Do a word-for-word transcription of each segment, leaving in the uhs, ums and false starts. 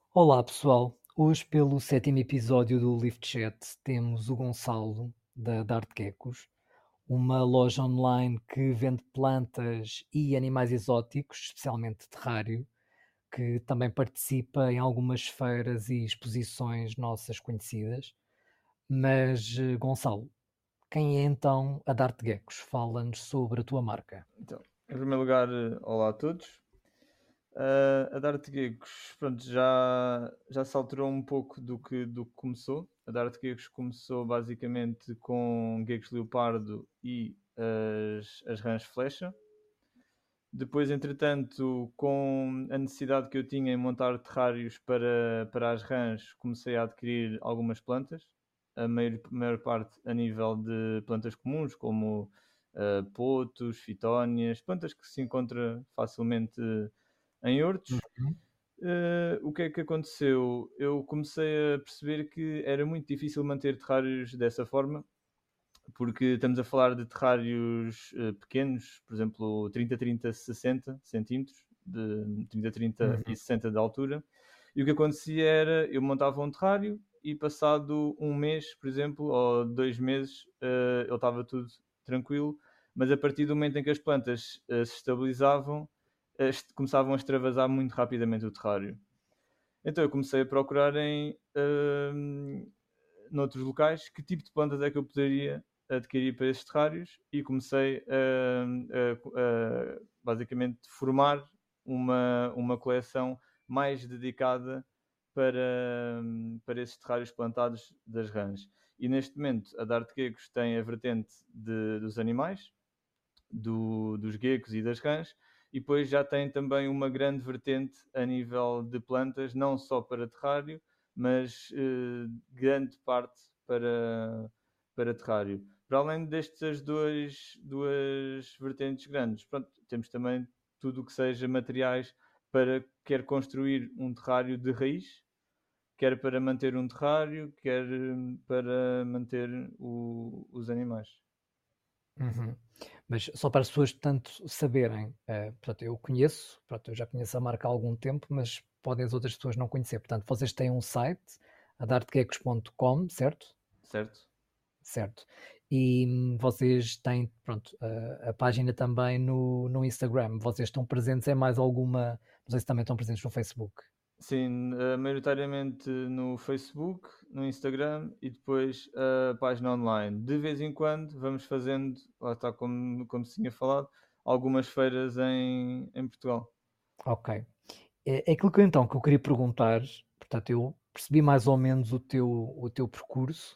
Olá pessoal, hoje pelo sétimo episódio do Lift Chat temos o Gonçalo da Dart Geckos, uma loja online que vende plantas e animais exóticos, especialmente terrário, que também participa em algumas feiras e exposições nossas conhecidas. Mas eh, Gonçalo, quem é então a Dart Geckos? Fala-nos sobre a tua marca. Então, em primeiro lugar, eh, olá a todos. Ah, a Dart Gigs, pronto, já, já se alterou um pouco do que, do que começou. A Dart Gigs começou basicamente com gigs Leopardo e as, as rãs Flecha. Depois, entretanto, com a necessidade que eu tinha em montar terrários para, para as rãs, comecei a adquirir algumas plantas, a maior, maior parte a nível de plantas comuns, como uh, potos, fitónias, plantas que se encontra facilmente em hortos. Uhum. Uh, o que é que aconteceu? Eu comecei a perceber que era muito difícil manter terrários dessa forma, porque estamos a falar de terrários uh, pequenos, por exemplo, trinta, trinta, sessenta centímetros, de trinta, trinta e Uhum. sessenta de altura. E o que acontecia era, eu montava um terrário e passado um mês, por exemplo, ou dois meses, uh, ele estava tudo tranquilo, mas a partir do momento em que as plantas uh, se estabilizavam, uh, começavam a extravasar muito rapidamente o terrário. Então eu comecei a procurar em uh, noutros locais que tipo de plantas é que eu poderia adquirir para esses terrários e comecei a, a, a basicamente formar uma, uma coleção mais dedicada para, para esses terrários plantados das rãs. E neste momento a Dart Geckos tem a vertente de, dos animais, do, dos geckos e das rãs, e depois já tem também uma grande vertente a nível de plantas, não só para terrário, mas eh, grande parte para, para terrário. Para além destas duas, duas vertentes grandes, pronto, temos também tudo o que seja materiais para quer construir um terrário de raiz, quer para manter um terrário, quer eh, para manter o, os animais. Uhum. Mas só para as pessoas, portanto, saberem, eh, portanto, eu conheço, pronto, eu já conheço a marca há algum tempo, mas podem as outras pessoas não conhecer. Portanto, vocês têm um site, a dartgeckos ponto com, certo? Certo? Certo. E hum, vocês têm, pronto, a, a página também no, no Instagram. Vocês estão presentes em mais alguma, não sei se também estão presentes no Facebook. Sim, eh, maioritariamente no Facebook, no Instagram e depois a página online. De vez em quando vamos fazendo, lá está como, como se tinha falado, algumas feiras em, em Portugal. Ok. É, é aquilo que eu, então que eu queria perguntar, portanto, eu percebi mais ou menos o teu, o teu percurso.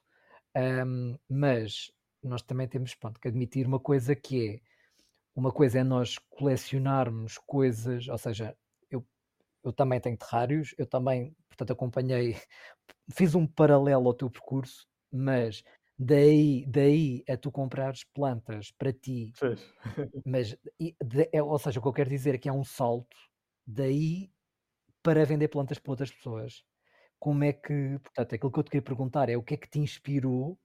Um, mas nós também temos, pronto, que admitir uma coisa que é, uma coisa é nós colecionarmos coisas, ou seja, eu, eu também tenho terrários, eu também, portanto, acompanhei, fiz um paralelo ao teu percurso, mas daí, daí a tu comprares plantas para ti, Fez. mas, e de- é, ou seja, o que eu quero dizer é que há um salto daí para vender plantas para outras pessoas. Como é que, portanto, aquilo que eu te queria perguntar é o que é que te inspirou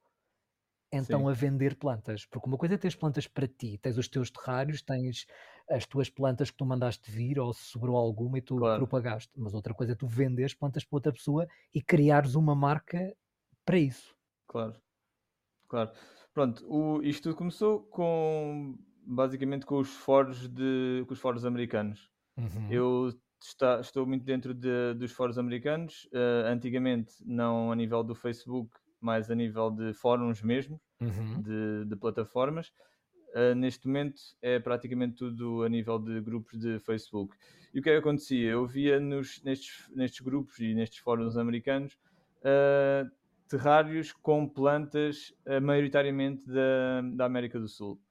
então Sim, a vender plantas? Porque uma coisa é teres plantas para ti, tens os teus terrários, tens as tuas plantas que tu mandaste vir ou se sobrou alguma e tu claro, propagaste, mas outra coisa é tu venderes plantas para outra pessoa e criares uma marca para isso. claro, claro. Pronto, o, isto tudo começou com basicamente com os fóruns de com os fóruns americanos. Uhum, Eu está- estou muito dentro de- dos fóruns americanos, eh, antigamente não a nível do Facebook, mas a nível de fóruns mesmo, uhum, de, de plataformas. Uh, neste momento é praticamente tudo a nível de grupos de Facebook. E o que é que acontecia? Eu via nos, nestes, nestes grupos e nestes fóruns americanos uh, terrários com plantas uh, maioritariamente da, da América do Sul.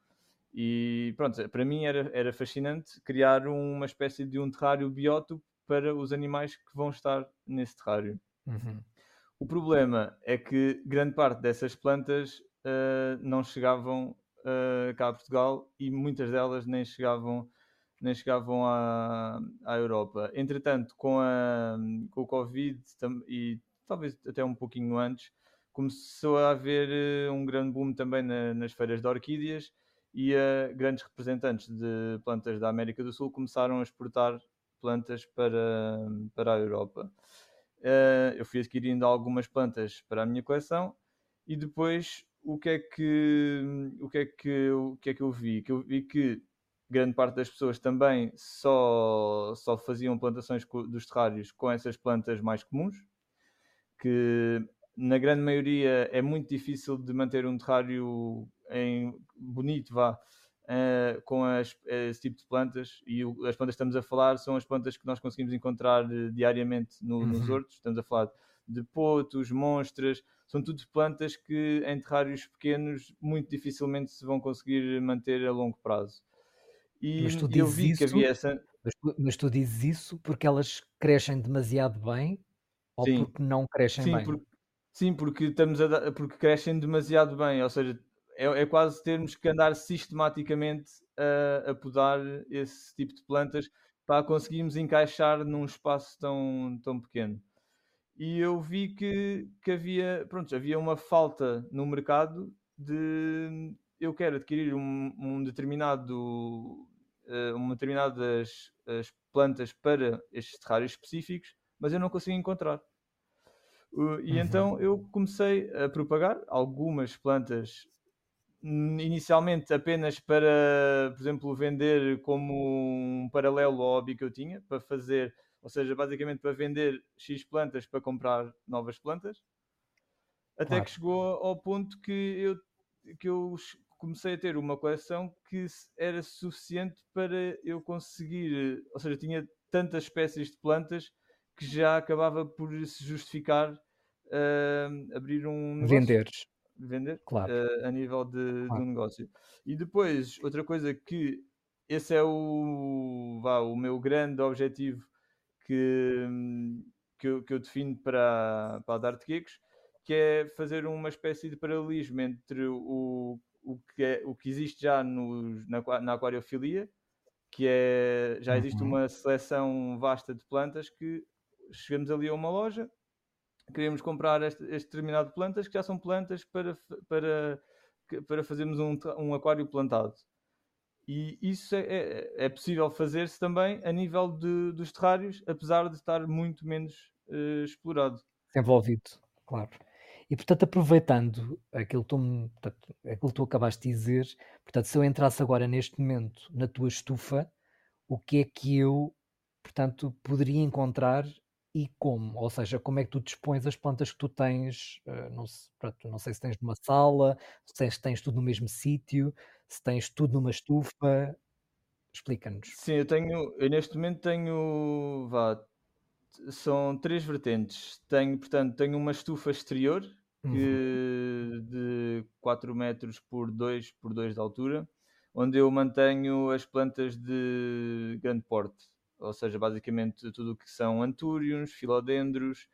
E pronto, para mim era, era fascinante criar uma espécie de um terrário biótopo para os animais que vão estar nesse terrário. uhum. O problema é que grande parte dessas plantas uh, não chegavam uh, cá a Portugal e muitas delas nem chegavam, nem chegavam à, à Europa. Entretanto, com, a, com o Covid e talvez até um pouquinho antes, começou a haver uh, um grande boom também na, nas feiras de orquídeas e uh, grandes representantes de plantas da América do Sul começaram a exportar plantas para, para a Europa. Uh, eu fui adquirindo algumas plantas para a minha coleção e depois o que é que, o que é que, o que é que eu vi? Que eu vi que grande parte das pessoas também só, só faziam plantações dos terrários com essas plantas mais comuns, que na grande maioria é muito difícil de manter um terrário em, bonito, vá, uh, com as, esse tipo de plantas. E o, as plantas que estamos a falar são as plantas que nós conseguimos encontrar uh, diariamente no, Uhum. nos hortos. Estamos a falar de potos, monstras, são tudo plantas que em terrários pequenos muito dificilmente se vão conseguir manter a longo prazo. Mas E tu eu dizes vi que isso, havia essa... mas tu, mas tu dizes isso porque elas crescem demasiado bem ou Sim, porque não crescem sim, bem? porque, sim, porque estamos a dar- porque crescem demasiado bem, ou seja, é, é quase termos que andar sistematicamente a, a podar esse tipo de plantas para conseguirmos encaixar num espaço tão, tão pequeno. E eu vi que, que havia, pronto, havia uma falta no mercado de eu quero adquirir um, um determinado eh, uma determinadas as plantas para estes terrários específicos, mas eu não consigo encontrar. Uh, e Uhum. então eu comecei a propagar algumas plantas, hum, inicialmente apenas para, por exemplo, vender como um paralelo ao hobby que eu tinha, para fazer, ou seja, basicamente para vender X plantas para comprar novas plantas, até que Claro. chegou ao ponto que eu, que eu comecei a ter uma coleção que era suficiente para eu conseguir, ou seja, tinha tantas espécies de plantas que já acabava por se justificar uh, abrir um negócio, Venderes, vender claro, uh, a nível de, de claro. um negócio. E depois, outra coisa que esse é o, vá, o meu grande objetivo que, que, eu, que eu defino para, para a Dart Geeks, que é fazer uma espécie de paralelismo entre o, o, que, é, o que existe já no, na, na aquariofilia, que é, já existe Uhum. uma seleção vasta de plantas que chegamos ali a uma loja, queremos comprar este, este determinado de plantas, que já são plantas para, para, para fazermos um, um aquário plantado. E isso é, é, é possível fazer-se também a nível de, dos terrários, apesar de estar muito menos uh, explorado. Desenvolvido, claro. E portanto, aproveitando aquilo que tu, me- portanto, aquilo que tu acabaste de dizer, portanto, se eu entrasse agora neste momento na tua estufa, o que é que eu, portanto, poderia encontrar e como? Ou seja, como é que tu dispões as plantas que tu tens? eh, não, se- pronto, não sei se tens numa sala, se tens, tens tudo no mesmo sítio, se tens tudo numa estufa. Explica-nos. Sim, eu tenho, eu neste momento tenho, vá, são três vertentes. Tenho, portanto, tenho uma estufa exterior Uhum. que de quatro metros por dois por dois de altura, onde eu mantenho as plantas de grande porte, ou seja, basicamente tudo o que são antúrios, filodendros,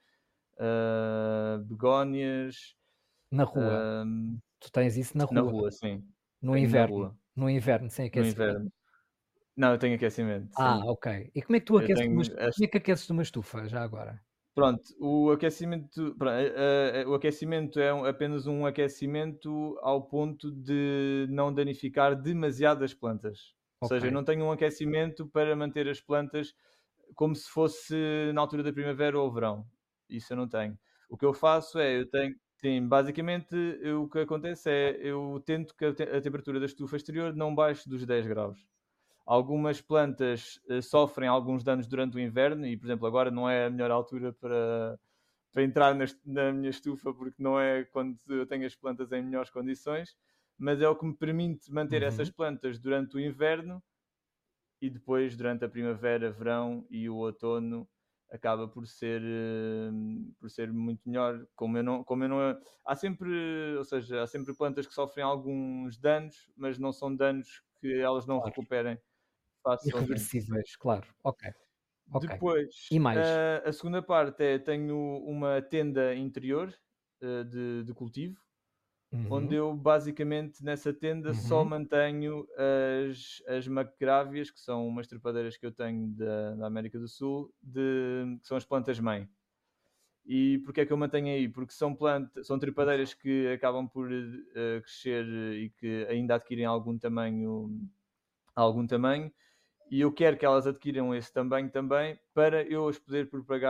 uh, begónias, Na rua. uh, Tu tens isso na na rua, rua, sim, no tenho na inverno. rua, No inverno, sem no aquecimento. inverno. Não, eu tenho aquecimento, Ah, sim. ok. E como é que tu Eu aqueces uma tenho estu as como é que aqueces uma estufa, já agora? Pronto, o aquecimento, pro- eh, eh, o aquecimento é um- apenas um aquecimento ao ponto de não danificar demasiado as plantas. Ou Ok, seja, eu não tenho um aquecimento para manter as plantas como se fosse na altura da primavera ou verão. Isso eu não tenho. O que eu faço é, eu tenho, sim, basicamente eu- o que acontece é, eu tento que a, te- a temperatura da estufa exterior não baixe dos dez graus. Algumas plantas uh, sofrem alguns danos durante o inverno e, por exemplo, agora não é a melhor altura para, para entrar na, na minha estufa porque não é quando eu tenho as plantas em melhores condições, mas é o que me permite manter essas uhum, plantas durante o inverno e depois durante a primavera, verão e o outono acaba por ser uh, por ser muito melhor. Como eu não, como eu não há sempre, ou seja, há sempre plantas que sofrem alguns danos, mas não são danos que elas não claro. recuperem facilmente. Irreversíveis, claro. Ok, ok. Depois, E mais? a, a segunda parte é tenho uma tenda interior uh, de, de cultivo, onde Uhum, eu basicamente nessa tenda só uhum, mantenho as, as macgrávias, que são umas trepadeiras que eu tenho da, da América do Sul, de, que são as plantas-mãe. E porquê é que eu mantenho aí? Porque são, plantas, são trepadeiras que acabam por uh, crescer e que ainda adquirem algum tamanho, algum tamanho e eu quero que elas adquiram esse tamanho também para eu as poder propagar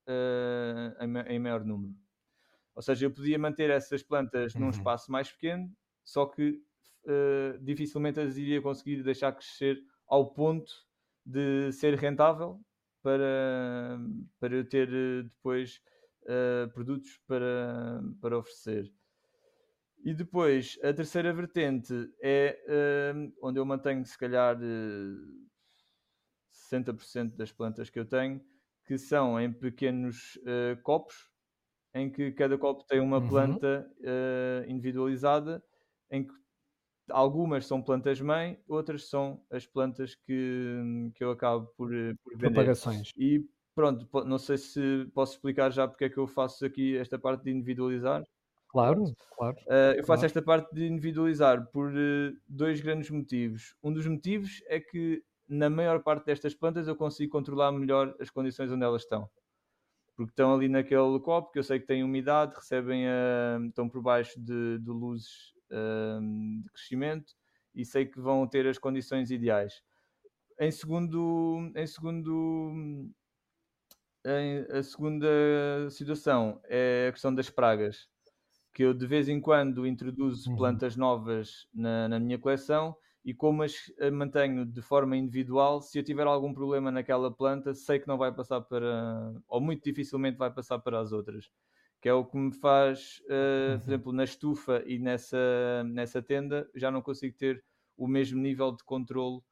uh, em, em maior número. Ou seja, eu podia manter essas plantas num Uhum. espaço mais pequeno, só que uh, dificilmente as iria conseguir deixar crescer ao ponto de ser rentável para, para eu ter uh, depois uh, produtos para, para oferecer. E depois, a terceira vertente é uh, onde eu mantenho, se calhar, uh, sessenta por cento das plantas que eu tenho, que são em pequenos uh, copos, em que cada copo tem uma Uhum. planta uh, individualizada, em que algumas são plantas-mãe, outras são as plantas que, que eu acabo por, uh, por vender. Propagações. E pronto, não sei se posso explicar já porque é que eu faço aqui esta parte de individualizar. Pronto. Claro, claro, Uh, eu faço claro. esta parte de individualizar por uh, dois grandes motivos. Um dos motivos é que na maior parte destas plantas eu consigo controlar melhor as condições onde elas estão. Porque estão ali naquele copo que eu sei que tem umidade, recebem a, estão por baixo de, de luzes uh, de crescimento e sei que vão ter as condições ideais. Em segundo, em segundo em, a segunda situação é a questão das pragas, que eu de vez em quando introduzo Uhum. plantas novas na, na minha coleção e como as mantenho de forma individual, se eu tiver algum problema naquela planta, sei que não vai passar para, ou muito dificilmente vai passar para as outras. Que é o que me faz, uh, por Uhum. exemplo, na estufa e nessa, nessa tenda, já não consigo ter o mesmo nível de controlo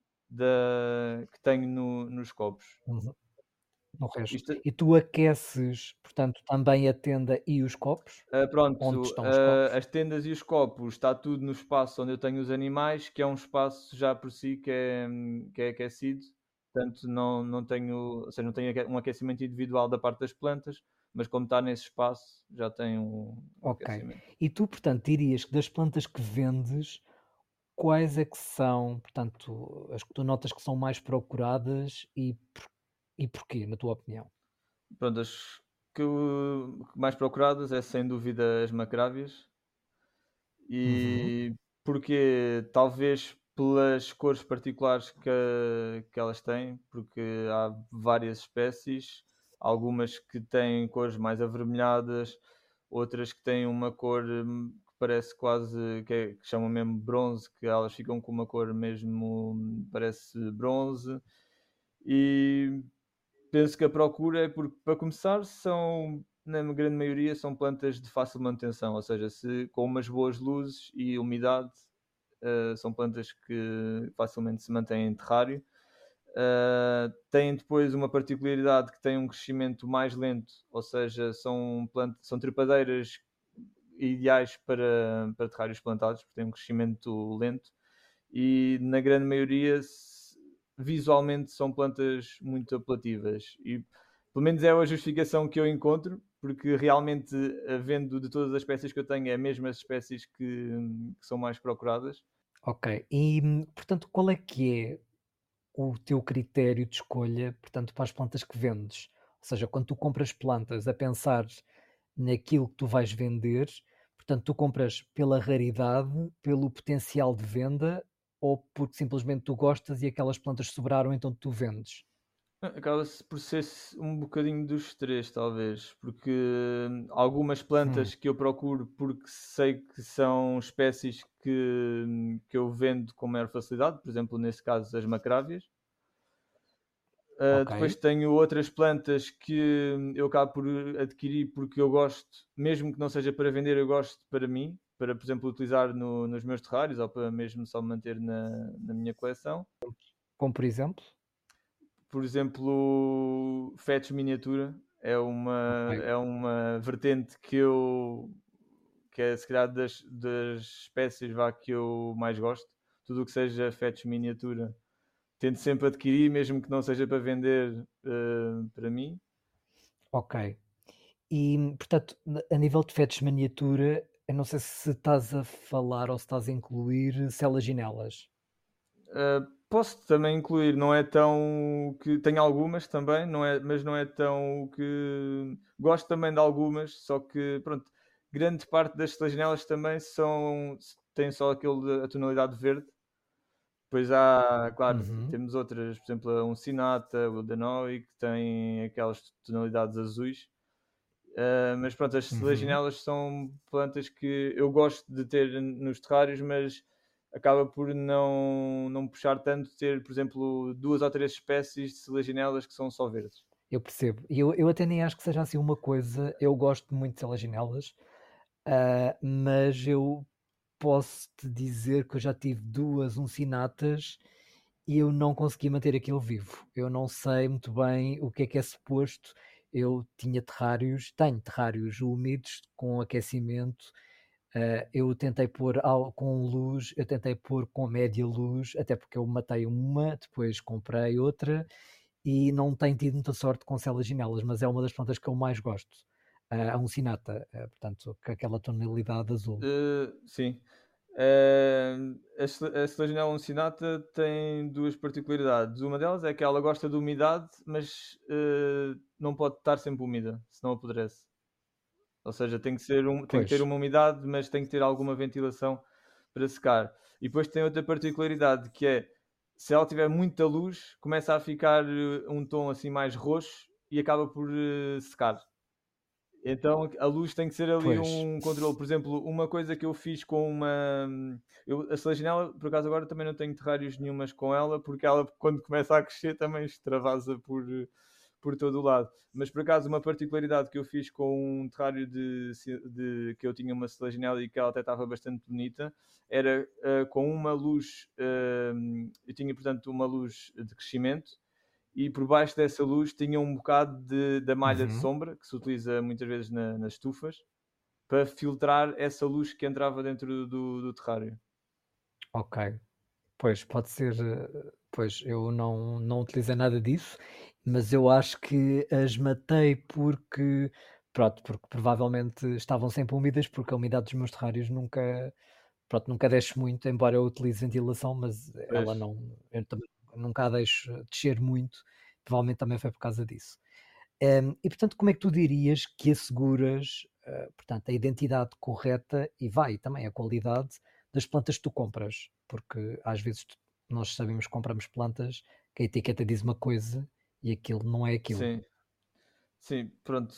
da, que tenho no, nos copos. Uhum. No resto. Isto, E tu aqueces, portanto, também a tenda e os copos? Uh, Onde pronto, estão os uh, copos? as tendas e os copos, está tudo no espaço onde eu tenho os animais, que é um espaço já por si que é, que é aquecido, portanto não, não tenho, ou seja, não tenho um aquecimento individual da parte das plantas, mas como está nesse espaço, já tem um, um Ok. aquecimento. E tu, portanto, dirias que das plantas que vendes, quais é que são, portanto, as que tu notas que são mais procuradas e, por- e porquê, na tua opinião? Pronto, as que eu- mais procuradas é sem dúvida as macrávias, Uhum. e porque talvez pelas cores particulares que, que elas têm, porque há várias espécies, algumas que têm cores mais avermelhadas, outras que têm uma cor hum, que parece quase, que, é, que chamam mesmo bronze, que elas ficam com uma cor mesmo, hum, parece bronze, e penso que a procura é porque, para começar, são, na grande maioria, são plantas de fácil manutenção, ou seja, se, com umas boas luzes e umidade, uh, são plantas que facilmente se mantêm em terrário. Uh, têm depois uma particularidade que têm um crescimento mais lento, ou seja, são, plant são trepadeiras ideais para, para terrários plantados, porque têm um crescimento lento e na grande maioria visualmente são plantas muito apelativas e pelo menos é a justificação que eu encontro, porque realmente vendo de todas as espécies que eu tenho é mesmo as espécies que, que são mais procuradas. Ok. E, hum, portanto, qual é que é o teu critério de escolha, portanto, para as plantas que vendes? Ou seja, quando tu compras plantas a pensar naquilo que tu vais vender, portanto, tu compras pela raridade, pelo potencial de venda ou porque simplesmente tu gostas e aquelas plantas sobraram, então tu vendes? Acaba-se por ser um bocadinho dos três, talvez, porque hum, algumas Hum, plantas que eu procuro porque sei que são espécies que, hum, que eu vendo com maior facilidade, por exemplo, nesse caso as macrávias. Uh, ok, depois tenho outras plantas que hum, eu acabo por adquirir porque eu gosto, mesmo que não seja para vender, eu gosto para mim, para, por exemplo, utilizar no, nos meus terrários ou para mesmo só manter na, na minha coleção. como por exemplo? Por exemplo, fetos miniatura é Ok, uma, é uma vertente que eu que é se calhar das, das espécies vá, que eu mais gosto. Tudo o que seja fetos miniatura tento sempre adquirir, mesmo que não seja para vender uh, para mim. ok. E, portanto, na- a nível de fetos miniatura, eu não sei se estás a falar ou se estás a incluir celaginelas. Uh, posso também incluir, não é tão que tenho algumas também, não é, mas não é tão que gosto também de algumas, só que pronto, grande parte das janelas também são têm só aquele a tonalidade verde Depois há, claro, Uhum, temos outras, por exemplo, a Uncinata, o Danoi, que têm aquelas tonalidades azuis. Uh, mas pronto, as uhum. selaginelas são plantas que eu gosto de ter nos terrários, mas acaba por não, não puxar tanto ter, por exemplo, duas ou três espécies de selaginelas que são só verdes. Eu percebo. E eu, eu até nem acho que seja assim uma coisa. Eu gosto muito de selaginelas, ah, mas eu posso te dizer que eu já tive duas uncinatas e eu não consegui manter aquilo vivo. Eu não sei muito bem o que é que é suposto. Eu tinha terrários, tenho terrários úmidos com aquecimento. ah, eu tentei pôr ao- com luz, eu tentei pôr com média luz, até porque eu matei uma, depois comprei outra e não tenho tido muita sorte com selaginelas, mas é uma das plantas que eu mais gosto. Ah, a uncinata, ah, portanto, com aquela tonalidade azul. Uh, sim. Uh, a sel- a selaginela uncinata tem duas particularidades. Uma delas é que ela gosta de umidade, mas uh, não pode estar sempre úmida, senão apodrece. Ou seja, tem que ser um, tem que Pois, ter uma umidade, mas tem que ter alguma ventilação para secar. E depois tem outra particularidade que é, se ela tiver muita luz, começa a ficar eh, um tom assim mais roxo e acaba por eh, secar. Então a luz tem que ser ali pois. um controle. Por exemplo, uma coisa que eu fiz com uma. Eu, a selaginela, por acaso agora também não tenho terrários nenhumas com ela, porque ela quando começa a crescer também extravasa por, por todo o lado. Mas por acaso uma particularidade que eu fiz com um terrário de, de que eu tinha uma selaginela e que ela até estava bastante bonita, era uh, com uma luz, uh, eu tinha portanto uma luz de crescimento e por baixo dessa luz tinha um bocado de, da malha de Uhum, sombra, que se utiliza muitas vezes na, nas estufas, para filtrar essa luz que entrava dentro do, do terrário. ok. Pois, pode ser, eh, pois, eu não não utilizei nada disso, mas eu acho que as matei porque, pronto, porque provavelmente estavam sempre úmidas, porque a umidade dos meus terrários nunca, pronto, nunca desce muito, embora eu utilize ventilação, mas Pois. ela não, eu também nunca a deixo descer muito, provavelmente também foi por causa disso. Hum, e portanto, como é que tu dirias que asseguras, eh, portanto, a identidade correta e vai também a qualidade das plantas que tu compras? Porque às vezes tu- nós sabemos que compramos plantas que a etiqueta diz uma coisa e aquilo não é aquilo. Sim, sim, pronto.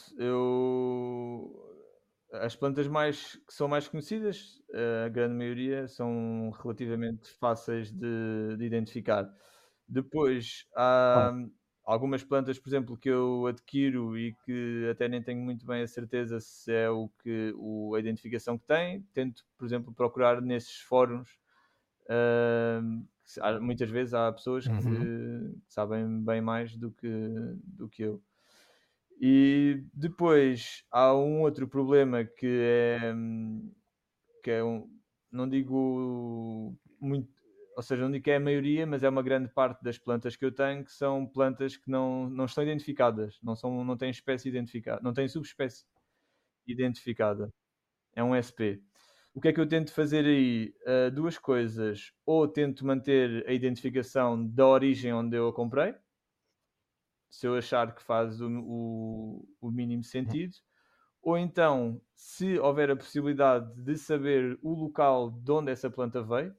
Eu as plantas mais que são mais conhecidas, a grande maioria são relativamente fáceis de, de identificar. Depois há Claro. algumas plantas, por exemplo, que eu adquiro e que até nem tenho muito bem a certeza se é o que o, a identificação que tem. Tento, por exemplo, procurar nesses fóruns. Ahm, que há- muitas vezes há pessoas que Uhum, sabem bem mais do que, do que eu. E depois há um outro problema que é, hum, que é um, não digo muito, ou seja, não digo que é a maioria, mas é uma grande parte das plantas que eu tenho que são plantas que não, não estão identificadas, não, são, não têm espécie identificada, não têm subespécie identificada. É um S P. O que é que eu tento fazer aí? Uh, duas coisas. Ou tento manter a identificação da origem onde eu a comprei, se eu achar que faz o, o, o mínimo sentido, ou então, se houver a possibilidade de saber o local de onde essa planta veio,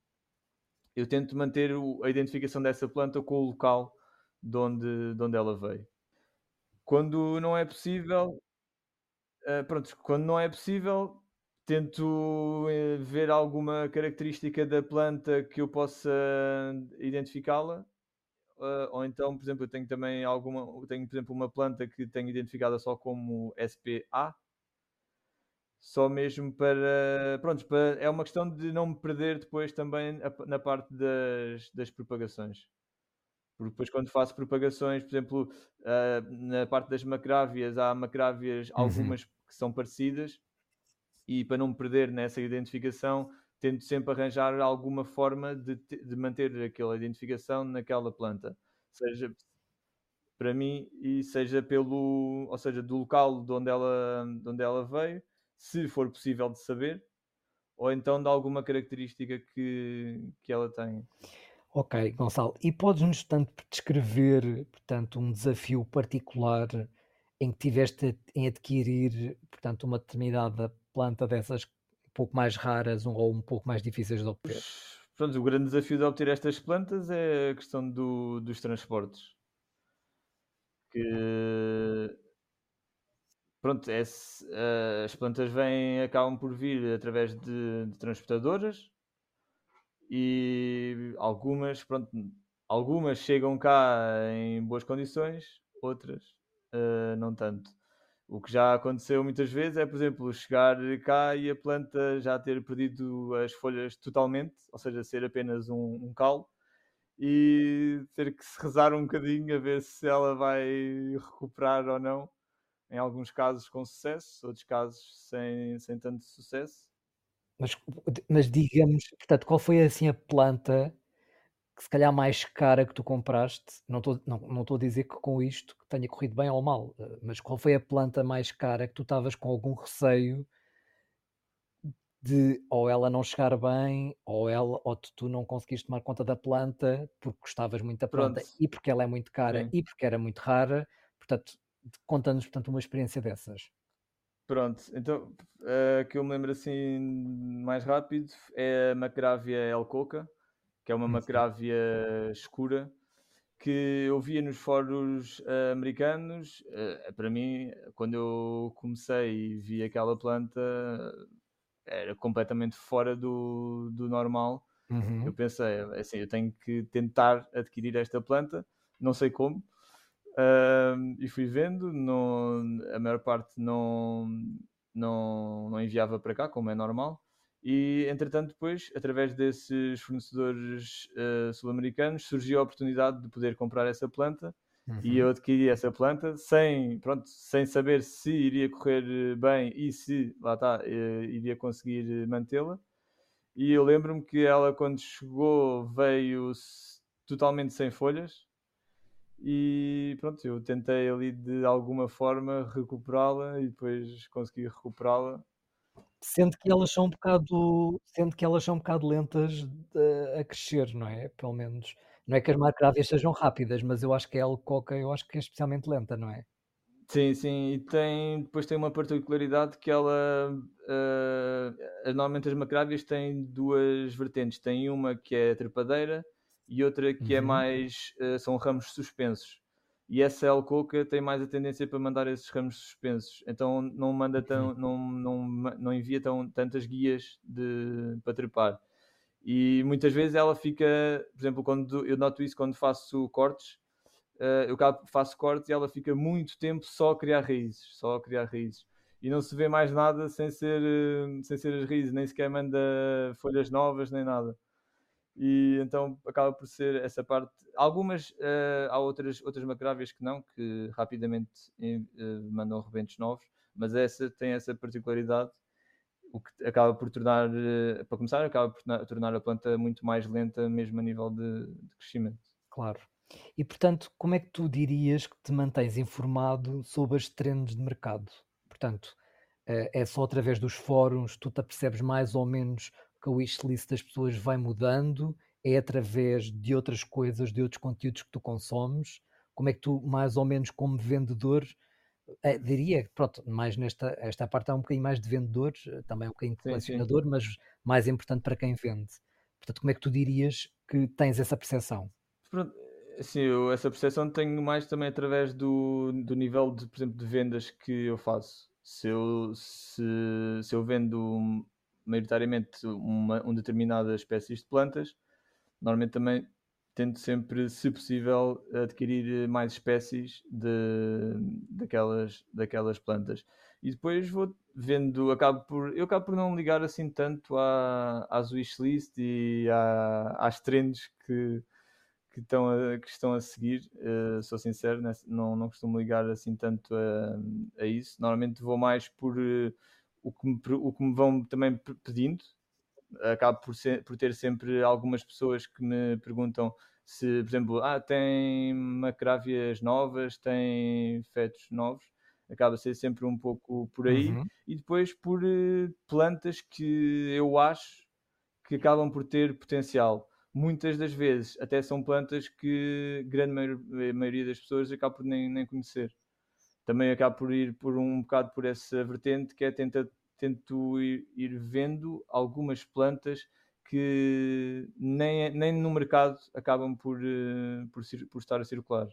eu tento manter o- a identificação dessa planta com o local de onde, de onde ela veio. Quando não é possível, ah, pronto, quando não é possível, tento eh, ver alguma característica da planta que eu possa identificá-la. Ah, ou então, por exemplo, eu tenho também alguma, eu tenho, por exemplo, uma planta que tenho identificada só como S P A, só mesmo para, pronto, para, é uma questão de não me perder depois também a- na parte das, das propagações. Porque depois quando faço propagações, por exemplo, ah, na parte das macrávias, há macrávias, uhum. algumas que são parecidas, e para não me perder nessa identificação, tento sempre arranjar alguma forma de, te- de manter aquela identificação naquela planta. Seja para mim e seja pelo, ou seja, do local de onde ela, de onde ela veio, se for possível de saber, ou então de alguma característica que, que ela tem. Ok, Gonçalo. E podes-nos tanto descrever, portanto, um desafio particular em que tiveste em adquirir, portanto, uma determinada planta dessas um pouco mais raras ou um pouco mais difíceis de obter? Pronto, o grande desafio de obter estas plantas é a questão do dos transportes, que pronto, é se eh, as plantas vêm acabam por vir através de de transportadoras e algumas, pronto, algumas chegam cá em boas condições, outras, hã, não tanto. O que já aconteceu muitas vezes é, por exemplo, chegar cá e a planta já ter perdido as folhas totalmente, ou seja, ser apenas um um caule, e ter que se rezar um bocadinho a ver se ela vai recuperar ou não. Em alguns casos com sucesso, outros casos sem sem tanto sucesso. Mas mas digamos, portanto, qual foi assim a planta que se calhar mais cara que tu compraste? Não estou não não estou a dizer que com isto que tenha corrido bem ou mal, eh, mas qual foi a planta mais cara que tu estavas com algum receio de ou ela não chegar bem, ou ela ou tu tu não conseguiste tomar conta da planta, porque gostavas muito da planta Pronto, e porque ela é muito cara sim. e porque era muito rara, portanto, conta-nos, portanto, uma experiência dessas. Pronto, então, eh, que eu me lembro assim mais rápido é a Macravia El Coca, que é uma Uhum, Macravia escura, que eu via nos fóruns, eh, americanos. Eh, para mim, quando eu comecei e vi aquela planta, era completamente fora do do normal. Eu uhum. pensei, assim: "Eu tenho que tentar adquirir esta planta", não sei como, hã, e fui vendo, não a maior parte não não não enviava para cá, como é normal, e entretanto depois, através desses fornecedores, hã, sul-americanos, surgiu a oportunidade de poder comprar essa planta, e Uhum. eu adquiri essa planta sem, pronto, sem saber se iria correr eh, bem e se, lá está, eh, iria conseguir eh, mantê-la. E eu lembro-me que ela, quando chegou, veio s- totalmente sem folhas. E pronto, eu tentei ali de alguma forma recuperá-la e depois consegui recuperá-la. Sendo que elas são um bocado sendo que elas são um bocado lentas de a crescer, não é? Pelo menos, não é que as macrávias sejam rápidas, mas eu acho que a alcoca, eu acho que é especialmente lenta, não é? Sim, sim, e tem, depois tem uma particularidade que ela, ah, normalmente as macrávias têm duas vertentes, tem uma que é trepadeira e outra que é Uhum. mais, ah, são ramos suspensos. E essa L-Coca tem mais a tendência para mandar esses ramos suspensos, então não manda Uhum. tão, não, não, ma- não envia tão, tantas guias de, para trepar. E muitas vezes ela fica, por exemplo, quando eu noto isso quando faço cortes, eh, eu cá faço cortes e ela fica muito tempo só a criar raízes, só a criar raízes. E não se vê mais nada sem ser, eh, sem ser as raízes, nem sequer manda folhas novas, nem nada. E então acaba por ser essa parte. Algumas, eh, há outras, outras macrávias que não, que rapidamente eh, mandam rebentos novos, mas essa tem essa particularidade, o que acaba por tornar, eh, para começar, acaba por tornar, tornar a planta muito mais lenta, mesmo a nível de, de crescimento. Claro. E portanto, como é que tu dirias que te mantens informado sobre as trends de mercado? Portanto, eh, é só através dos fóruns, tu te apercebes mais ou menos que a wishlist das pessoas vai mudando? É através de outras coisas, de outros conteúdos que tu consomes? Como é que tu, mais ou menos como vendedor, eh, diria, que, pronto, mais nesta esta parte é um bocadinho mais de vendedor, eh, também é um bocadinho de Sim, sim. colecionador, mas mais importante para quem vende. Portanto, como é que tu dirias que tens essa percepção? Pronto, assim, eu essa percepção tenho mais também através do do nível de, por exemplo, de vendas que eu faço. Se eu se se eu vendo maioritariamente uma um determinadas espécies de plantas, normalmente também tento sempre, se possível, adquirir mais espécies de daquelas daquelas plantas. E depois vou vendo, acabo por eu acabo por não ligar assim tanto à às wishlist e à às trends que que estão a, que estão a seguir. Uh, sou sincero, né? não, não costumo ligar assim tanto a, a isso. Normalmente vou mais por uh, o, que me, o que me vão também pedindo. Acabo por, ser, por ter sempre algumas pessoas que me perguntam se, por exemplo, ah, tem macrávias novas, tem fetos novos. Acaba a ser sempre um pouco por aí. Uhum. E depois por uh, plantas que eu acho que acabam por ter potencial. Muitas das vezes até são plantas que a grande maioria das pessoas acaba por nem, nem conhecer. Também acabo por ir por um bocado por essa vertente, que é tenta, tento ir, ir vendo algumas plantas que nem, nem no mercado acabam por, eh, por, cir- por estar a circular.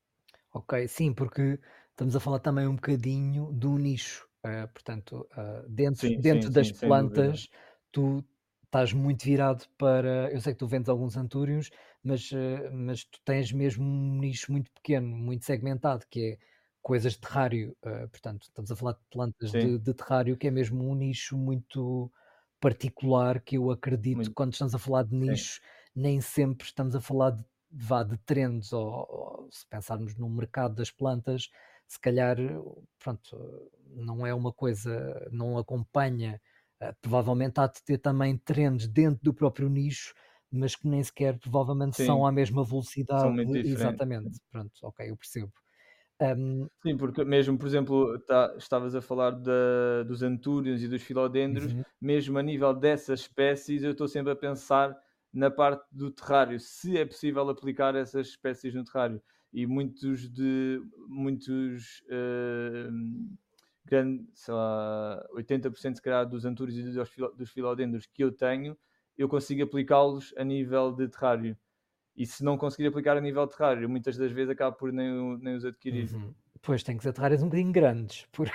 Ok, sim, porque estamos a falar também um bocadinho do nicho. Eh, portanto, ah, dentro, Sim, sim, dentro das sim, sem dúvida. plantas, tu estás muito virado para. Eu sei que tu vendes alguns antúrios, mas, eh, mas tu tens mesmo um nicho muito pequeno, muito segmentado, que é coisas de terrário. Eh, portanto, estamos a falar de plantas Sim, de, de terrário, que é mesmo um nicho muito particular, que eu acredito que muito, quando estamos a falar de sim, nicho, nem sempre estamos a falar de vá de trends ou, ou se pensarmos no mercado das plantas, se calhar, pronto, não é uma coisa, não acompanha, eh, provavelmente há de ter também trends dentro do próprio nicho, mas que nem sequer provavelmente são sim, à mesma são velocidade, muito diferentes. exatamente, pronto, ok, eu percebo. Hum, Sim, porque mesmo, por exemplo, tá- estavas a falar da- dos antúrios e dos filodendros, uhum, mesmo a nível dessas espécies, eu estou sempre a pensar na parte do terrário, se é possível aplicar essas espécies no terrário. E muitos de muitos eh, grande, sei lá, oitenta por cento se calhar dos antúrios e dos, filo- dos filodendros que eu tenho, eu consigo aplicá-los a nível de terrário. E se não conseguir aplicar a nível terrário, muitas das vezes acabo por nem, o- nem os adquirir. uhum. Pois tem que ser terrários um bocadinho grandes, porque,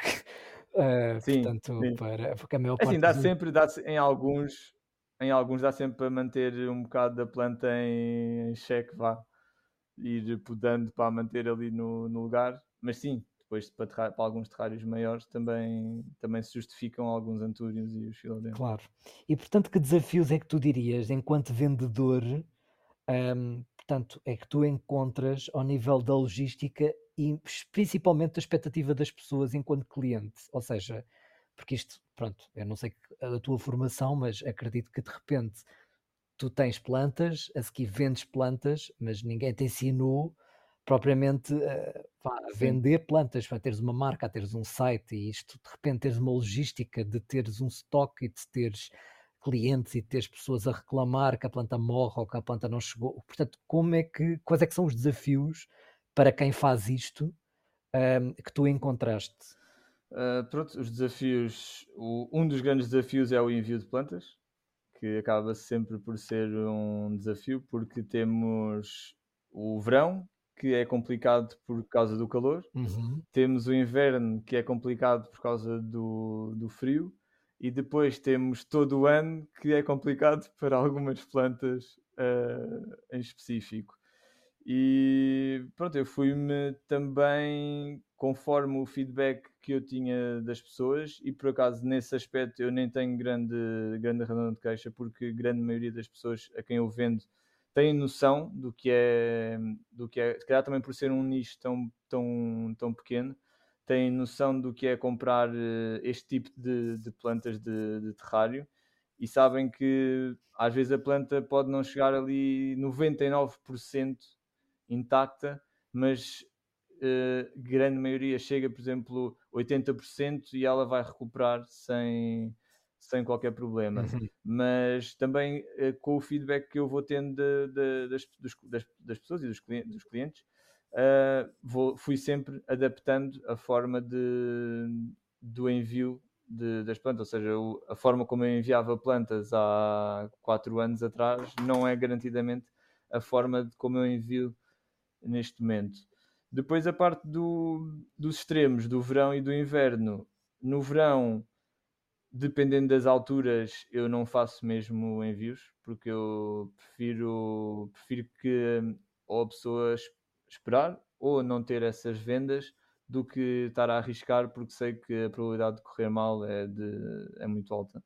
eh, Sim, portanto, sim. para, porque a maior Assim, parte dá dos. sempre, dá em alguns, em alguns dá sempre para manter um bocado da planta em xeque, vá, ir podando para a manter ali no, no lugar, mas sim, depois para, terra- para alguns terrários maiores também, também se justificam alguns antúrios e os filodendros. Claro. E portanto, que desafios é que tu dirias enquanto vendedor, hum, portanto, é que tu encontras ao nível da logística e principalmente da expectativa das pessoas enquanto cliente? Ou seja, porque isto, pronto, eu não sei a tua formação, mas acredito que de repente tu tens plantas, a seguir vendes plantas, mas ninguém te ensinou propriamente eh, pá, a Sim, vender plantas, para teres uma marca, a teres um site e isto de repente teres uma logística de teres um stock e de teres clientes e de teres pessoas a reclamar que a planta morre ou que a planta não chegou. Portanto, como é que, quais é que são os desafios para quem faz isto, ahm, que tu encontraste? Uh, pronto, os desafios, o- um dos grandes desafios é o envio de plantas, que acaba sempre por ser um desafio, porque temos o verão, que é complicado por causa do calor. Uhum, Temos o inverno, que é complicado por causa do, do frio, e depois temos todo o ano, que é complicado para algumas plantas eh, em específico. E pronto, eu fui-me também conforme o feedback que eu tinha das pessoas, e por acaso nesse aspecto eu nem tenho grande, grande razão de queixa, porque a grande maioria das pessoas a quem eu vendo têm noção do que é, do que é, se calhar também por ser um nicho tão, tão, tão pequeno, têm noção do que é comprar eh, este tipo de, de plantas de, de terrário, e sabem que às vezes a planta pode não chegar ali noventa e nove por cento intacta, mas uh, grande maioria chega, por exemplo, oitenta por cento e ela vai recuperar sem, sem qualquer problema. uhum, Mas também uh, com o feedback que eu vou tendo de, de, das, dos, das, das, pessoas e dos clientes, dos clientes uh, vou, fui sempre adaptando a forma de, do envio de, das plantas, ou seja, o, a forma como eu enviava plantas há quatro anos atrás não é garantidamente a forma de como eu envio neste momento. Depois a parte do, dos extremos, do verão e do inverno. No verão, dependendo das alturas, eu não faço mesmo envios, porque eu prefiro, prefiro que ou a pessoa esperar ou não ter essas vendas do que estar a arriscar, porque sei que a probabilidade de correr mal é, de, é muito alta,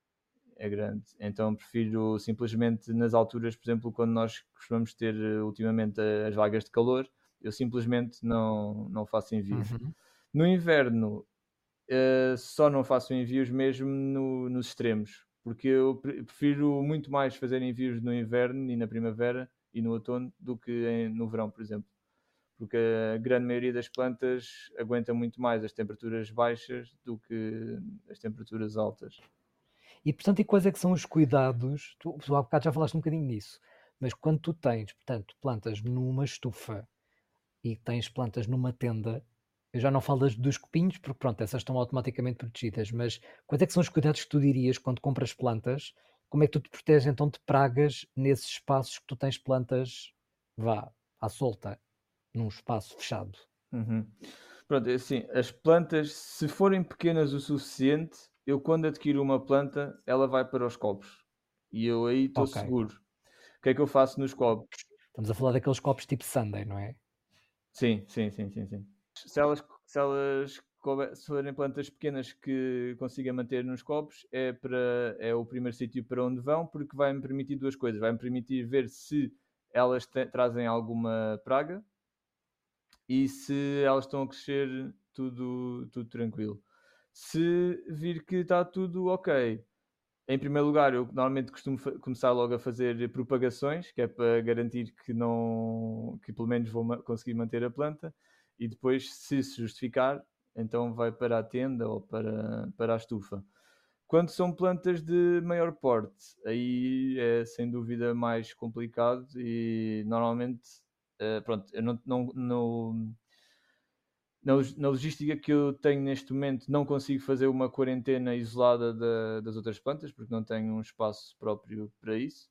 é grande. Então prefiro simplesmente nas alturas, por exemplo, quando nós costumamos ter eh, ultimamente as vagas de calor, eu simplesmente não, não faço envios. uhum. No inverno, eh, só não faço envios mesmo no- nos extremos, porque eu pre- prefiro muito mais fazer envios no inverno e na primavera e no outono do que em- no verão, por exemplo. Porque a grande maioria das plantas aguenta muito mais as temperaturas baixas do que as temperaturas altas. E portanto, e quais é que são os cuidados? Tu, tu há bocado já falaste um bocadinho nisso, mas quando tu tens, portanto, plantas numa estufa e tens plantas numa tenda, eu já não falo das, dos copinhos, porque pronto, essas estão automaticamente protegidas, mas quais é que são os cuidados que tu dirias quando compras plantas como é que tu te proteges então de pragas nesses espaços que tu tens plantas, vá, à solta, num espaço fechado? Uhum. Pronto, é assim, as plantas, se forem pequenas o suficiente, eu quando adquiro uma planta, ela vai para os copos. E eu aí estou Ok. seguro. O que é que eu faço nos copos? Estamos a falar daqueles copos tipo Sunday, não é? Sim, sim, sim, sim, sim. Se elas, se elas couber- se forem plantas pequenas que consiga manter nos copos, é, para, é o primeiro sítio para onde vão, porque vai-me permitir duas coisas. Vai-me permitir ver se elas te- trazem alguma praga e se elas estão a crescer tudo, tudo tranquilo. Se vir que está tudo ok, em primeiro lugar, eu normalmente costumo fa- começar logo a fazer propagações, que é para garantir que não, que pelo menos vou ma- conseguir manter a planta, e depois, se se justificar, então vai para a tenda ou para, para a estufa. Quando são plantas de maior porte, aí é sem dúvida mais complicado e normalmente, eh, pronto, eu não, não, não- na, log- na logística que eu tenho neste momento, não consigo fazer uma quarentena isolada da- das outras plantas, porque não tenho um espaço próprio para isso.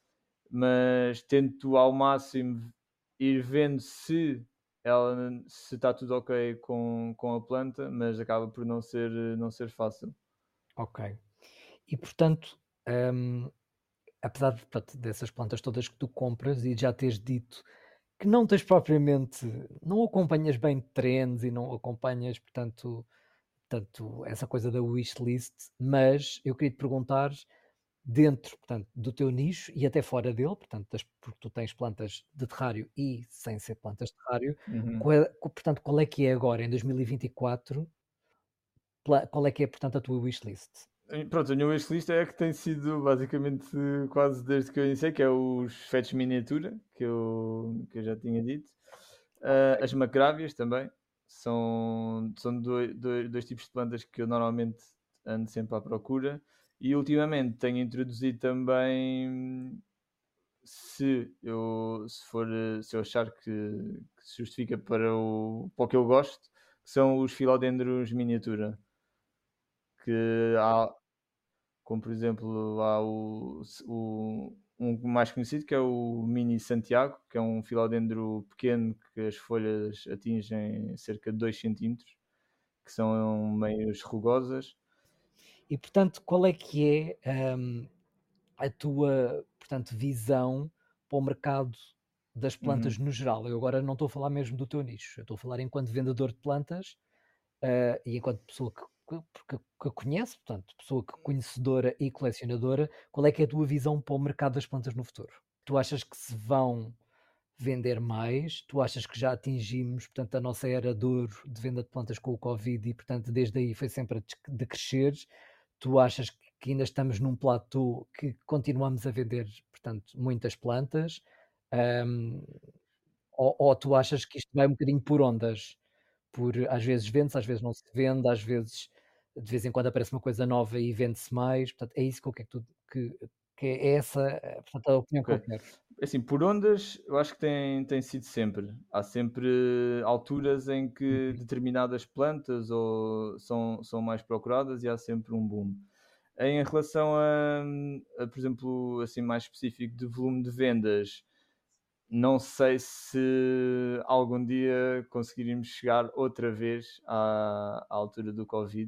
Mas tento ao máximo ir vendo se ela se está tudo ok com, com a planta, mas acaba por não ser, não ser fácil. Ok. E portanto, hum, apesar de, portanto, dessas plantas todas que tu compras e já teres dito que não tens propriamente, não acompanhas bem trends e não acompanhas, portanto, tanto essa coisa da wishlist, mas eu queria te perguntar, dentro, portanto, do teu nicho e até fora dele, portanto, das- porque tu tens plantas de terrário e sem ser plantas de terrário, Uhum. qual é, co- portanto, qual é que é agora, em dois mil e vinte e quatro, pla- qual é que é, portanto, a tua wishlist? E pronto, a minha wishlist é a que tem sido basicamente quase desde que eu iniciei, que é os fetos miniatura, que eu, que eu já tinha dito. Ah, as macrávias também, são, são dois, dois, dois tipos de plantas que eu normalmente ando sempre à procura. E ultimamente tenho introduzido também, se eu, se for, eh, se eu achar que, que se justifica para o, para o que eu gosto, que são os filodendros miniatura. Que há, como por exemplo há o, o- um mais conhecido que é o Mini Santiago, que é um filodendro pequeno que as folhas atingem cerca de dois centímetros, que são meio rugosas. E, portanto, qual é que é, hum, a tua, portanto, visão para o mercado das plantas Uhum, no geral? Eu agora não estou a falar mesmo do teu nicho, eu estou a falar enquanto vendedor de plantas, eh, e enquanto pessoa que, que, que- que conhece, portanto, pessoa que conhecedora e colecionadora, qual é que é a tua visão para o mercado das plantas no futuro? Tu achas que se vão vender mais? Tu achas que já atingimos, portanto, a nossa era de ouro de venda de plantas com o Covid e, portanto, desde aí foi sempre a des- decrescer? Tu achas que ainda estamos num platô que continuamos a vender, portanto, muitas plantas? Ahm, ou, ou tu achas que isto vai um bocadinho por ondas? Por às vezes vende-se, às vezes não se vende, às vezes de vez em quando aparece uma coisa nova e vende-se mais. Portanto, é isso que eu quero que tu que, que é essa, eh, portanto, a opinião que eu ok. quero. Assim, por ondas, eu acho que tem, tem sido sempre. Há sempre alturas em que Uhum. determinadas plantas ou são, são mais procuradas e há sempre um boom. Em relação a, a, por exemplo, assim mais específico de volume de vendas, não sei se algum dia conseguiríamos chegar outra vez à, à altura do Covid,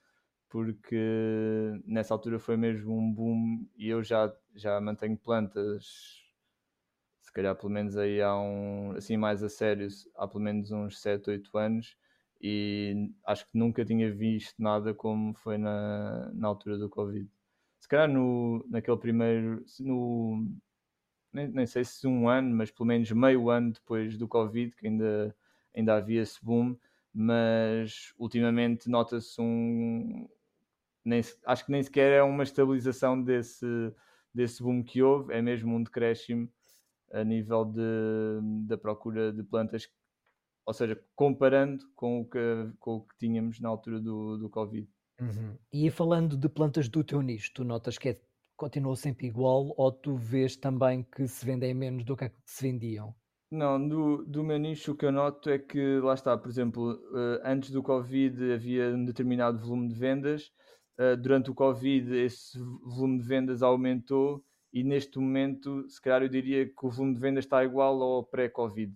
porque nessa altura foi mesmo um boom e eu já, já mantenho plantas, se calhar pelo menos aí há um, assim mais a sério, há pelo menos uns sete oito anos e acho que nunca tinha visto nada como foi na, na altura do Covid. Se calhar no, naquele primeiro, no, nem, nem sei se um ano, mas pelo menos meio ano depois do Covid, que ainda, ainda havia esse boom, mas ultimamente nota-se um. Nem, acho que nem sequer é uma estabilização desse, desse boom que houve, é mesmo um decréscimo a nível de, da procura de plantas, ou seja, comparando com o que, com o que tínhamos na altura do, do Covid. Uhum. E falando de plantas do teu nicho, tu notas que é, continua sempre igual ou tu vês também que se vendem menos do que, que se vendiam? Não, do, do meu nicho o que eu noto é que, lá está, por exemplo, eh, antes do Covid havia um determinado volume de vendas uh, durante o Covid esse volume de vendas aumentou e neste momento, se calhar eu diria que o volume de vendas está igual ao pré-Covid.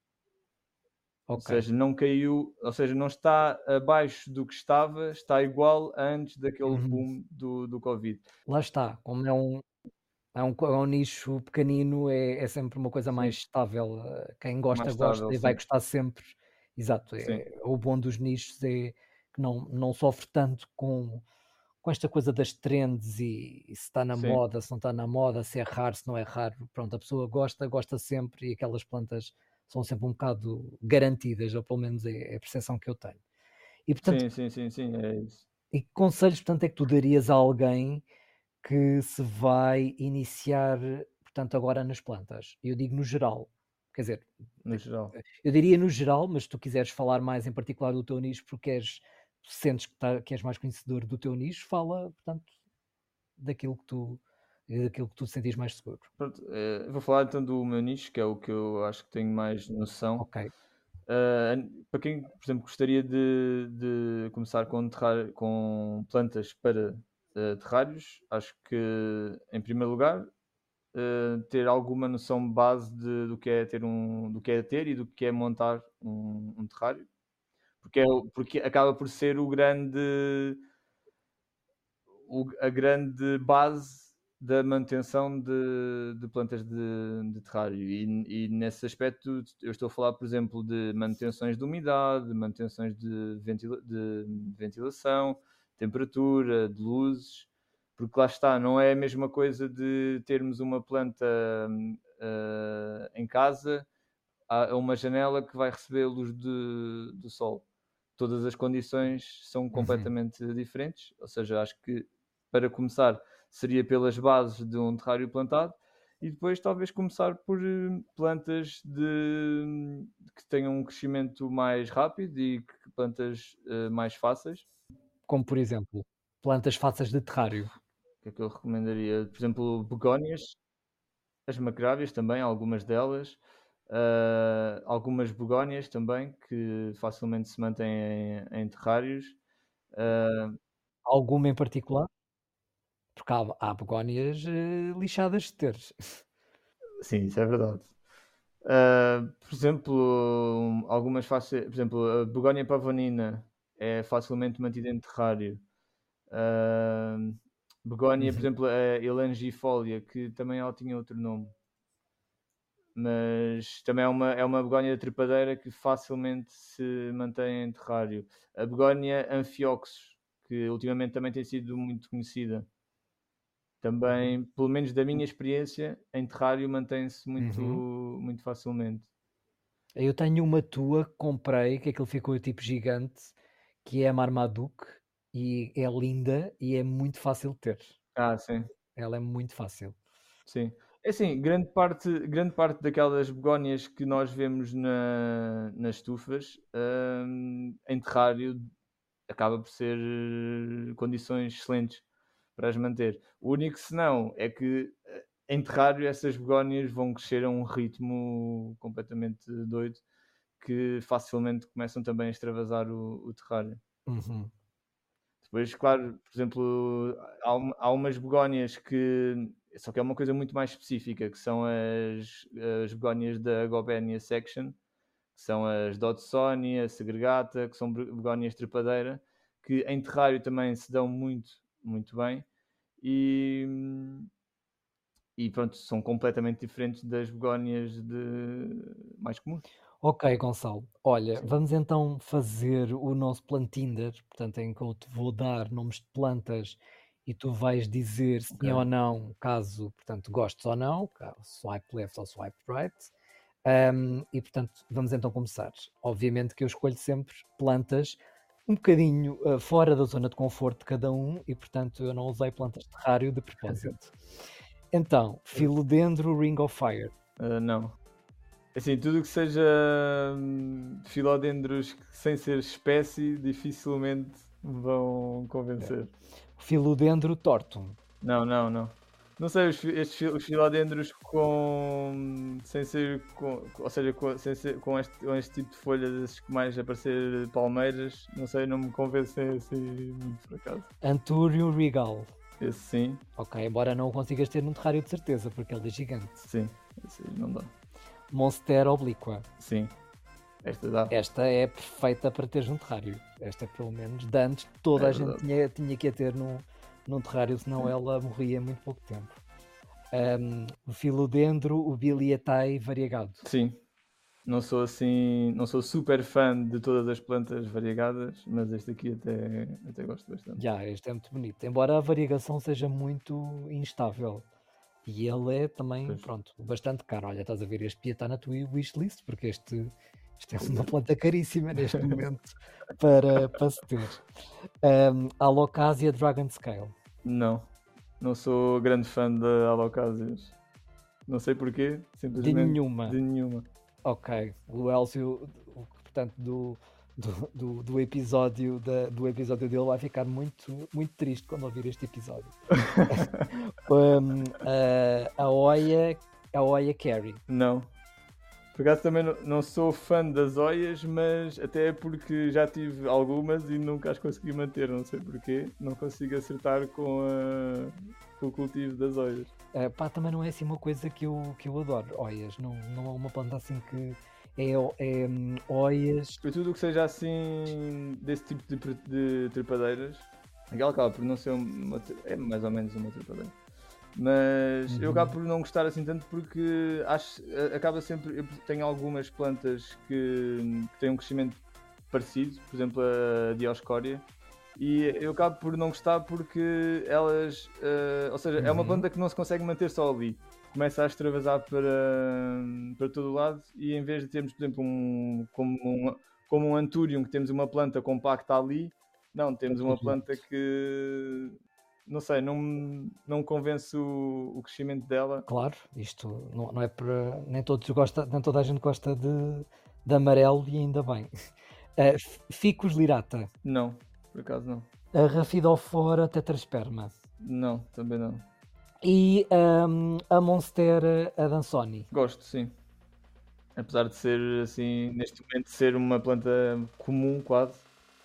Ou Ok. seja, não caiu, ou seja, não está abaixo do que estava, está igual a antes daquele Uhum. boom do, do Covid. Lá está, como é um é um co é um nicho pequenino, é é sempre uma coisa mais Sim, estável, eh, quem mais gosta, estável, gosta e vai sim, gostar sempre. Exato, sim, é o bom dos nichos é que não não sofre tanto com com esta coisa das trends e e se está na sim, moda, se não está na moda, se é raro, se não é raro. Pronto, a pessoa gosta, gosta sempre e aquelas plantas são sempre um bocado garantidas, ou pelo menos é é a percepção que eu tenho. E portanto, sim, sim, sim, sim, é isso, e que conselhos, portanto, é que tu darias a alguém que se vai iniciar, portanto, agora nas plantas? Eu digo no geral, quer dizer, no geral. eu diria no geral, mas se tu quiseres falar mais em particular do teu nicho, porque és, sentes que, tá- que és mais conhecedor do teu nicho, fala, portanto, daquilo que tu, daquilo que tu te sentires mais seguro. Pronto, eh, vou falar então do meu nicho, que é o que eu acho que tenho mais noção. Ok. Ah, para quem, por exemplo, gostaria de, de começar com, terrar- com plantas para eh, terrários, acho que, em primeiro lugar, eh, ter alguma noção base de- do que é ter um, do que é ter e do que é montar um, um terrário, porque, é, o- porque acaba por ser o grande, o- a grande base da manutenção de, de plantas de, de terrário. E, e nesse aspecto, eu estou a falar, por exemplo, de manutenções de umidade, de manutenções de, ventila- de ventilação, temperatura, de luzes, porque lá está, não é a mesma coisa de termos uma planta hum, ah, em casa a uma janela que vai receber a luz de- do sol. Todas as condições são Uhum. completamente diferentes, ou seja, acho que para começar seria pelas bases de um terrário plantado e depois talvez começar por eh, plantas de, que tenham um crescimento mais rápido e que- plantas eh, mais fáceis. Como por exemplo, plantas fáceis de terrário. O que é que eu recomendaria? Por exemplo, begónias, as macráveis também, algumas delas, ah, algumas begónias também, que facilmente se mantêm em, em terrários. Ah, Alguma em particular? Porque há, há begónias eh, lixadas de ter. sim, isso é verdade. Ah, por exemplo, algumas fáceis, por exemplo, a begónia pavonina é facilmente mantida em terrário. Ah, begónia, por Uhum. exemplo, a elangifolia, que também ela tinha outro nome. Mas também é uma, é uma begónia trepadeira que facilmente se mantém em terrário. A begónia Anfioxus, que ultimamente também tem sido muito conhecida. Também, pelo menos da minha experiência, em terrário mantém-se muito, Uhum. muito facilmente. Eu tenho uma tua que comprei, que aquilo ficou tipo gigante, que é a Marmaduke, e é linda e é muito fácil de ter. Ah, sim, Ela é muito fácil. sim. É assim, grande parte, grande parte daquelas begónias que nós vemos na, nas estufas, hum, em terrário, acaba por ser eh, condições excelentes para as manter. O único senão é que eh, em terrário essas begónias vão crescer a um ritmo completamente doido que facilmente começam também a extravasar o, o terrário. Uhum. Depois, claro, por exemplo, há, um- há umas begónias que só que é uma coisa muito mais específica, que são as, as begónias da Gobenia Section, que são as Dodsonia, Segregata, que são begónias trepadeira, que em terrário também se dão muito, muito bem. E, e pronto, são completamente diferentes das begónias de... mais comuns. Ok, Gonçalo. Olha, Sim, vamos então fazer o nosso Plantinder, portanto, em que eu te vou dar nomes de plantas e tu vais dizer ok. sim ou não, caso, portanto, gostes ou não, caso swipe left ou swipe right. Ahm, e portanto, vamos então começar. Obviamente que eu escolho sempre plantas um bocadinho ah, fora da zona de conforto de cada um e portanto eu não usei plantas de terrário de propósito. Então, Philodendro Ring of Fire. Uh, não. Assim, tudo que seja hum, filodendros sem ser espécie, dificilmente me vão É. convencer. Philodendro Tortum. Não, não, não. Não sei, os, fi- estes fi- os filodendros com. Sem ser. Com, ou seja, com, sem ser, com, este, com este tipo de folhas, esses que mais aparecer palmeiras, não sei, não me convencem assim muito por acaso. Antúrio regal. Esse sim, Ok, embora não o consigas ter num terrário de certeza, porque ele é gigante. sim, esse aí não dá. Monstera obliqua. Sim, esta dá. Esta é perfeita para teres num terrário. Esta, pelo menos, de antes, toda É a gente verdade. tinha, tinha que a ter num, num terrário, senão Sim. ela morria em muito pouco tempo. Um, o filodendro, o bilietai variegado. Sim, não sou assim, não sou super fã de todas as plantas variegadas, mas este aqui até, até gosto bastante. Já, este é muito bonito. Embora a variegação seja muito instável. E ele é também, Pois. pronto, bastante caro. Olha, estás a ver, este podia estar na tua wishlist, porque este, este é Pois uma é. planta caríssima neste momento para, para se ter. Um, Alocasia Dragon Scale. Não, não sou grande fã de alocásias. Não sei porquê, De simplesmente nenhuma. de nenhuma. Ok. O Elcio, o- portanto, do, do, do, do episódio, da, do episódio dele vai ficar muito, muito triste quando ouvir este episódio. Um, a, a Oia, a Oia Carry. Não. Por acaso também não, não sou fã das oias, mas até é porque já tive algumas e nunca as consegui manter, não sei porquê. Não consigo acertar com, a, com o cultivo das oias. Uh, pá, também não é assim uma coisa que eu, que eu adoro. Oias, não, não é uma planta assim que é, é hum, oias. Para tudo o que seja assim, desse tipo de, pre- de trepadeiras, aquela acaba por não ser uma. tre- É mais ou menos uma trepadeira. Mas eu Uhum. acabo por não gostar assim tanto porque acho, a- acaba sempre. Eu tenho algumas plantas que, que têm um crescimento parecido, por exemplo a Dioscória, e eu acabo por não gostar porque elas. eh, ou seja, é uma Uhum. planta que não se consegue manter só ali. Começa a extravasar para, para todo o lado e em vez de termos, por exemplo, um, como, um, como um Anturium, que temos uma planta compacta ali, não, temos uma planta que não sei, não, me- não me convence o, o crescimento dela. Claro, isto não, não é para. Nem, todos gosta, nem toda a gente gosta de, de amarelo e ainda bem. Uh, Ficus lirata. Não, por acaso não. A Rhaphidophora tetrasperma. Não, também não. E um, a Monstera Adansoni. Gosto, sim. Apesar de ser assim, neste momento ser uma planta comum quase,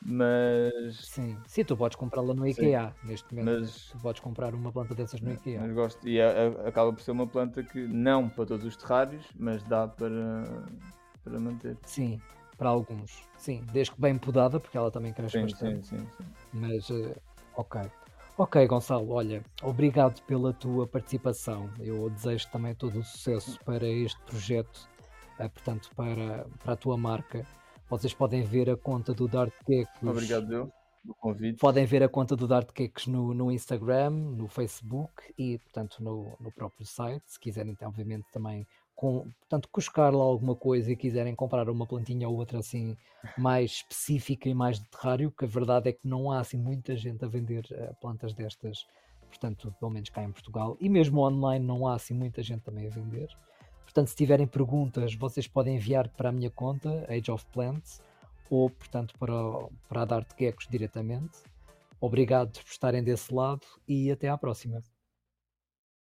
mas Sim, sim, tu podes comprá-la no sim, IKEA neste momento. mas, Tu podes comprar uma planta dessas no IKEA. mas gosto. E a- a- acaba por ser uma planta que não para todos os terrários, mas dá para, para manter. Sim, para alguns. Sim, desde que bem podada, porque ela também cresce Sim, bastante. sim, sim, sim. Mas, eh, ok. Ok, Gonçalo, olha, obrigado pela tua participação. Eu desejo também todo o sucesso para este projeto, eh, portanto, para, para a tua marca. Vocês podem ver a conta do Dart Cakes. Obrigado eu pelo convite. Podem ver a conta do Dart Cakes no, no Instagram, no Facebook e, portanto, no, no próprio site. Se quiserem, obviamente, também com, portanto, cuscar lá alguma coisa e quiserem comprar uma plantinha ou outra assim mais específica e mais de terrário, que a verdade é que não há assim muita gente a vender uh, plantas destas, portanto, pelo menos cá em Portugal. E mesmo online não há assim muita gente também a vender. Portanto, se tiverem perguntas, vocês podem enviar para a minha conta, Age of Plants, ou, portanto, para, para a Dart Geckos diretamente. Obrigado por estarem desse lado e até à próxima.